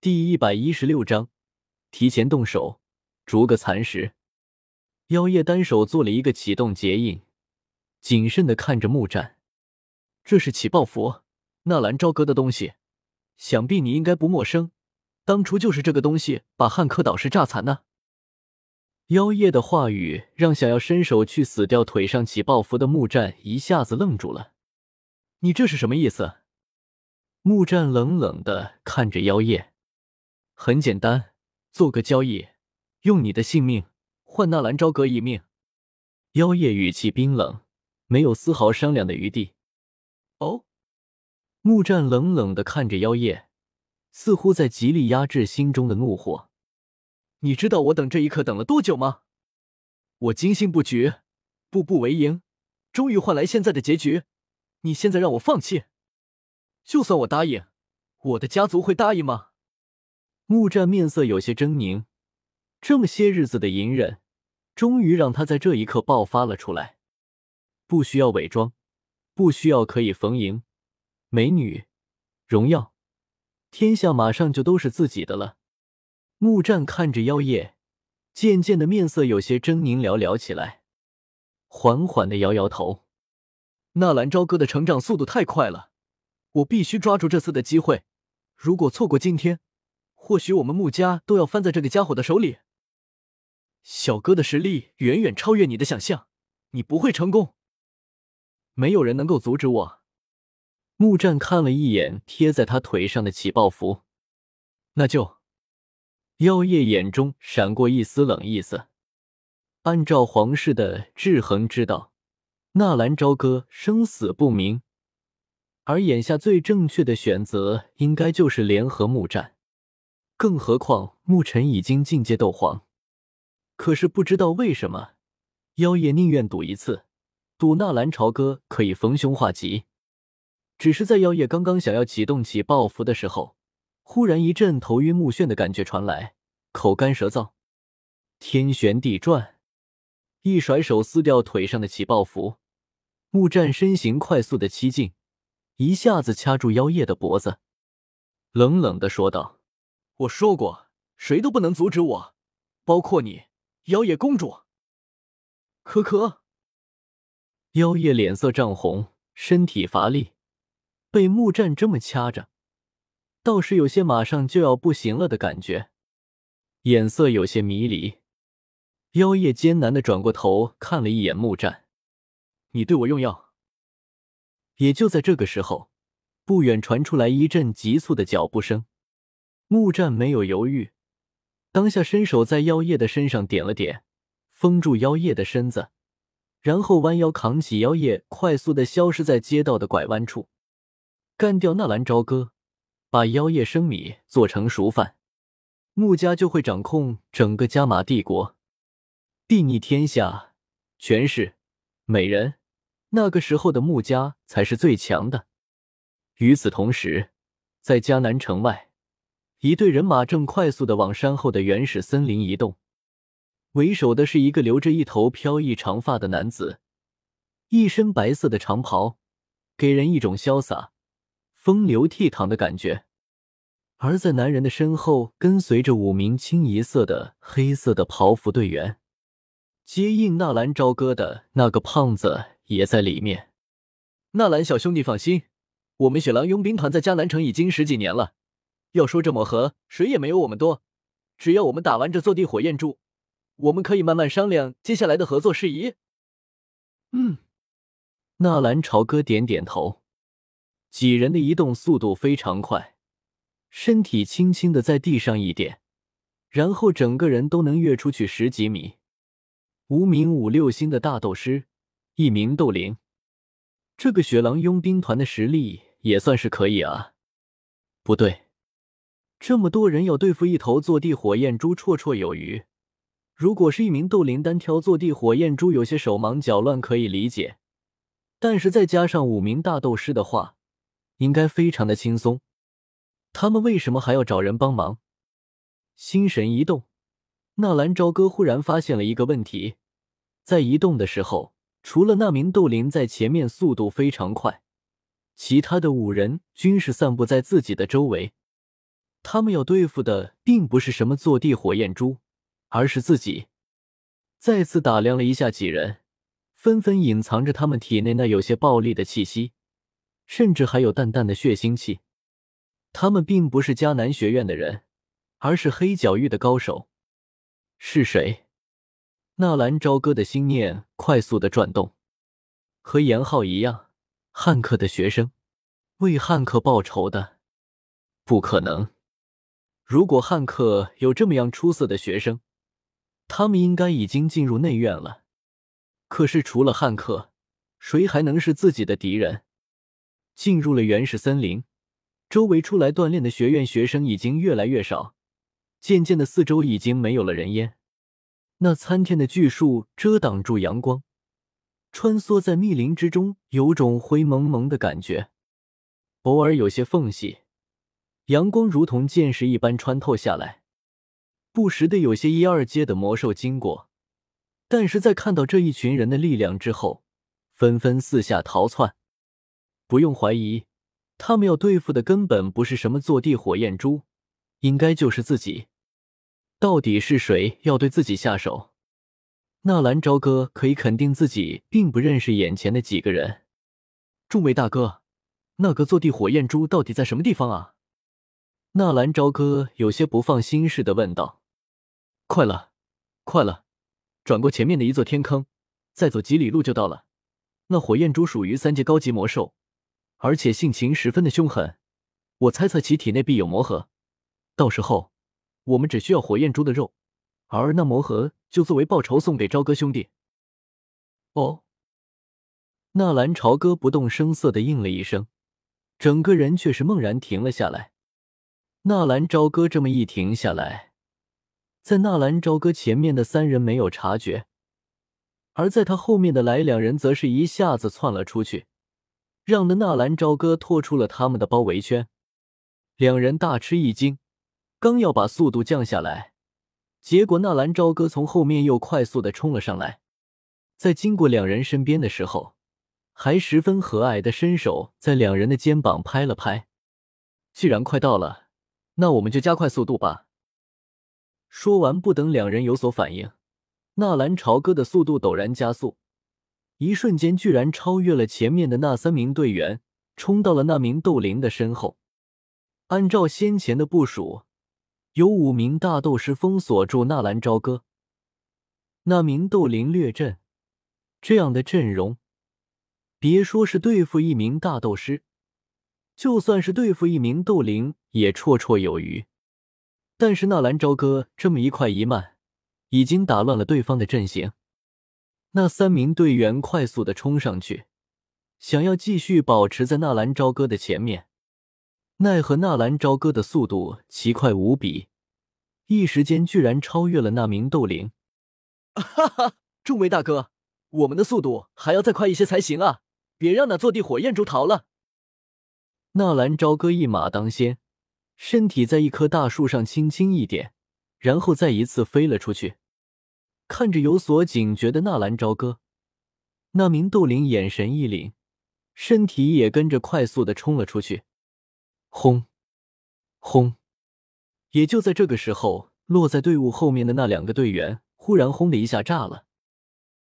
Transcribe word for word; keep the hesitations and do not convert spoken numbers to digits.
第一百一十六章，提前动手，逐个蚕食。妖夜单手做了一个启动结印，谨慎地看着木战。这是起爆符，纳兰朝歌的东西，想必你应该不陌生。当初就是这个东西把汉克导师炸残的。妖夜的话语让想要伸手去死掉腿上起爆符的木战一下子愣住了。你这是什么意思？木战冷冷地看着妖夜。很简单，做个交易，用你的性命换纳兰朝歌一命。妖夜语气冰冷，没有丝毫商量的余地。哦，木战冷冷地看着妖夜，似乎在极力压制心中的怒火。你知道我等这一刻等了多久吗？我精心布局，步步为营，终于换来现在的结局。你现在让我放弃，就算我答应，我的家族会答应吗？木战面色有些狰狞，这么些日子的隐忍，终于让他在这一刻爆发了出来。不需要伪装，不需要可以逢迎，美女，荣耀，天下马上就都是自己的了。木战看着妖夜，渐渐的面色有些狰狞寥寥起来，缓缓的摇摇头。纳兰朝歌的成长速度太快了，我必须抓住这次的机会，如果错过今天，或许我们穆家都要翻在这个家伙的手里。小哥的实力远远超越你的想象，你不会成功。没有人能够阻止我。木战看了一眼贴在他腿上的起爆符，那就……妖夜眼中闪过一丝冷意思。按照皇室的制衡之道，纳兰朝歌生死不明，而眼下最正确的选择应该就是联合木战。更何况牧尘已经进阶斗皇，可是不知道为什么，妖夜宁愿赌一次，赌纳兰朝歌可以逢凶化吉。只是在妖夜刚刚想要启动起爆符的时候，忽然一阵头晕目眩的感觉传来，口干舌燥，天旋地转，一甩手撕掉腿上的起爆符。木战身形快速的欺进，一下子掐住妖夜的脖子，冷冷地说道：我说过，谁都不能阻止我，包括你，妖夜公主。可可。妖夜脸色涨红，身体乏力，被木战这么掐着，倒是有些马上就要不行了的感觉，眼色有些迷离。妖夜艰难地转过头看了一眼木战，你对我用药。也就在这个时候，不远传出来一阵急促的脚步声。木战没有犹豫，当下伸手在妖夜的身上点了点，封住妖夜的身子，然后弯腰扛起妖夜，快速地消失在街道的拐弯处。干掉纳兰朝歌，把妖夜生米做成熟饭，穆家就会掌控整个加玛帝国，睥睨天下，权势，美人，那个时候的穆家才是最强的。与此同时，在迦南城外，一队人马正快速地往山后的原始森林移动，为首的是一个留着一头飘逸长发的男子，一身白色的长袍，给人一种潇洒、风流倜傥的感觉。而在男人的身后跟随着五名清一色的黑色的袍服队员，接应纳兰朝歌的那个胖子也在里面。纳兰小兄弟放心，我们雪狼佣兵团在迦南城已经十几年了，要说这么和，谁也没有我们多。只要我们打完这坐地火焰珠，我们可以慢慢商量接下来的合作事宜。嗯，纳兰朝歌点点头。几人的移动速度非常快，身体轻轻的在地上一点，然后整个人都能跃出去十几米。五名五六星的大斗师，一名斗灵，这个雪狼佣兵团的实力也算是可以啊。不对，这么多人要对付一头坐地火焰猪绰绰有余，如果是一名斗灵单挑坐地火焰猪有些手忙脚乱可以理解，但是再加上五名大斗师的话，应该非常的轻松。他们为什么还要找人帮忙？心神一动，纳兰朝歌忽然发现了一个问题，在移动的时候，除了那名斗灵在前面速度非常快，其他的五人均是散布在自己的周围。 他们要对付的并不是什么坐地火焰猪，而是自己。再次打量了一下几人，纷纷隐藏着他们体内那有些暴戾的气息，甚至还有淡淡的血腥气。他们并不是迦南学院的人，而是黑角域的高手。是谁？纳兰朝歌的心念快速的转动。和严浩一样，汉克的学生，为汉克报仇的？不可能。如果汉克有这么样出色的学生，他们应该已经进入内院了。可是除了汉克，谁还能是自己的敌人？进入了原始森林，周围出来锻炼的学院学生已经越来越少，渐渐的四周已经没有了人烟。那参天的巨树遮挡住阳光，穿梭在密林之中，有种灰蒙蒙的感觉。偶尔有些缝隙，阳光如同箭矢一般穿透下来，不时的有些一二阶的魔兽经过，但是在看到这一群人的力量之后，纷纷四下逃窜。不用怀疑，他们要对付的根本不是什么坐地火焰猪，应该就是自己。到底是谁要对自己下手？纳兰朝歌可以肯定自己并不认识眼前的几个人。众位大哥，那个坐地火焰猪到底在什么地方啊？纳兰朝歌有些不放心似的问道。快了，快了，转过前面的一座天坑，再走几里路就到了。那火焰猪属于三阶高级魔兽，而且性情十分的凶狠，我猜测其体内必有魔核，到时候我们只需要火焰猪的肉，而那魔核就作为报酬送给朝歌兄弟。哦。纳兰朝歌不动声色地应了一声，整个人却是猛然停了下来。纳兰朝歌这么一停下来，在纳兰朝歌前面的三人没有察觉，而在他后面的来两人则是一下子窜了出去，让那纳兰朝歌拖出了他们的包围圈。两人大吃一惊，刚要把速度降下来，结果纳兰朝歌从后面又快速地冲了上来，在经过两人身边的时候，还十分和蔼地伸手在两人的肩膀拍了拍。既然快到了，那我们就加快速度吧。说完，不等两人有所反应，纳兰朝歌的速度陡然加速，一瞬间居然超越了前面的那三名队员，冲到了那名斗灵的身后。按照先前的部署，有五名大斗师封锁住纳兰朝歌。那名斗灵略阵，这样的阵容，别说是对付一名大斗师，就算是对付一名斗灵也绰绰有余。但是纳兰朝歌这么一快一慢，已经打乱了对方的阵型。那三名队员快速地冲上去，想要继续保持在纳兰朝歌的前面，奈何纳兰朝歌的速度奇快无比，一时间居然超越了那名斗灵。哈哈，众位大哥，我们的速度还要再快一些才行啊，别让那坐地火焰猪逃了。纳兰朝歌一马当先，身体在一棵大树上轻轻一点，然后再一次飞了出去。看着有所警觉的纳兰朝歌，那名斗灵眼神一凛，身体也跟着快速地冲了出去。轰轰！也就在这个时候，落在队伍后面的那两个队员忽然轰的一下炸了。